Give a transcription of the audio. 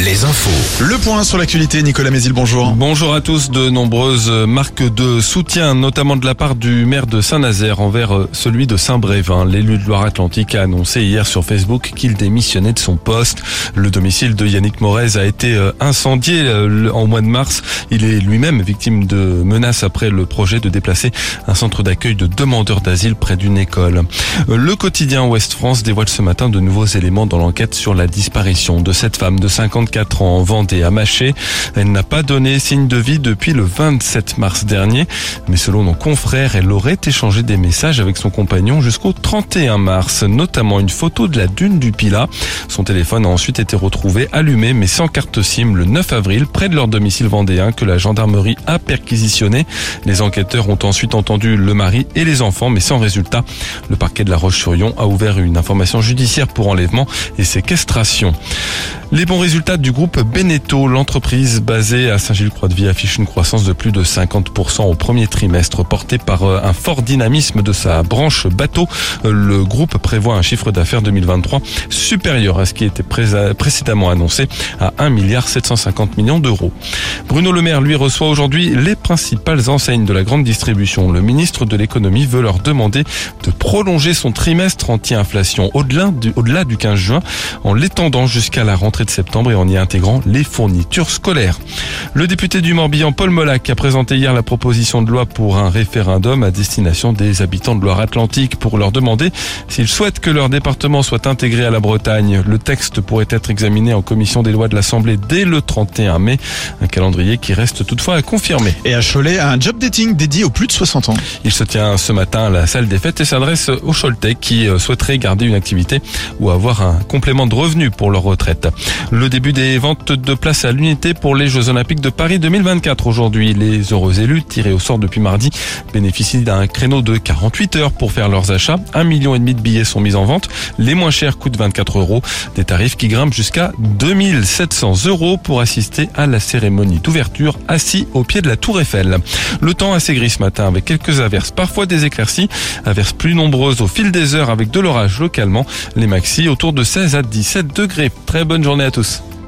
les infos. Le point sur l'actualité, Nicolas Mézil, bonjour. Bonjour à tous. De nombreuses marques de soutien, notamment de la part du maire de Saint-Nazaire envers celui de Saint-Brévin. L'élu de Loire-Atlantique a annoncé hier sur Facebook qu'il démissionnait de son poste. Le domicile de Yannick Morez a été incendié en mois de mars. Il est lui-même victime de menaces après le projet de déplacer un centre d'accueil de demandeurs d'asile près d'une école. Le quotidien Ouest France dévoile ce matin de nouveaux éléments dans l'enquête sur la disparition de cette femme de 54 ans en Vendée à Maché. Elle n'a pas donné signe de vie depuis le 27 mars dernier, mais selon nos confrères, elle aurait échangé des messages avec son compagnon jusqu'au 31 mars, notamment une photo de la dune du Pilat. Son téléphone a ensuite été retrouvé allumé mais sans carte SIM le 9 avril près de leur domicile vendéen que la gendarmerie a perquisitionné. Les enquêteurs ont ensuite entendu le mari et les enfants mais sans résultat. Le parquet de La Roche-sur-Yon a ouvert une information judiciaire pour enlèvement et séquestration. Les bons résultats du groupe Beneteau, l'entreprise basée à Saint-Gilles-Croix-de-Vie affiche une croissance de plus de 50% au premier trimestre, portée par un fort dynamisme de sa branche bateau. Le groupe prévoit un chiffre d'affaires 2023 supérieur à ce qui était précédemment annoncé à 1,750 milliard d'euros. Bruno Le Maire, lui, reçoit aujourd'hui les principales enseignes de la grande distribution. Le ministre de l'économie veut leur demander de prolonger son trimestre anti-inflation au-delà du 15 juin en l'étendant jusqu'à la rentrée de septembre et en y intégrant les fournitures scolaires. Le député du Morbihan, Paul Molac, a présenté hier la proposition de loi pour un référendum à destination des habitants de Loire-Atlantique pour leur demander s'ils souhaitent que leur département soit intégré à la Bretagne. Le texte pourrait être examiné en commission des lois de l'Assemblée dès le 31 mai, un calendrier qui reste toutefois à confirmer. Et à Cholet, un job dating dédié aux plus de 60 ans. Il se tient ce matin à la salle des fêtes et s'adresse aux Choletais qui souhaiteraient garder une activité ou avoir un complément de revenu pour leur retraite. Le début des ventes de places à l'unité pour les Jeux Olympiques de Paris 2024 aujourd'hui. Les heureux élus tirés au sort depuis mardi bénéficient d'un créneau de 48 heures pour faire leurs achats. 1,5 million de billets sont mis en vente. Les moins chers coûtent 24 €. Des tarifs qui grimpent jusqu'à 2 700 € pour assister à la cérémonie d'ouverture assis au pied de la Tour Eiffel. Le temps assez gris ce matin avec quelques averses, parfois des éclaircies. Averses plus nombreuses au fil des heures avec de l'orage localement. Les maxis autour de 16 à 17 degrés. Très bonne journée à tous.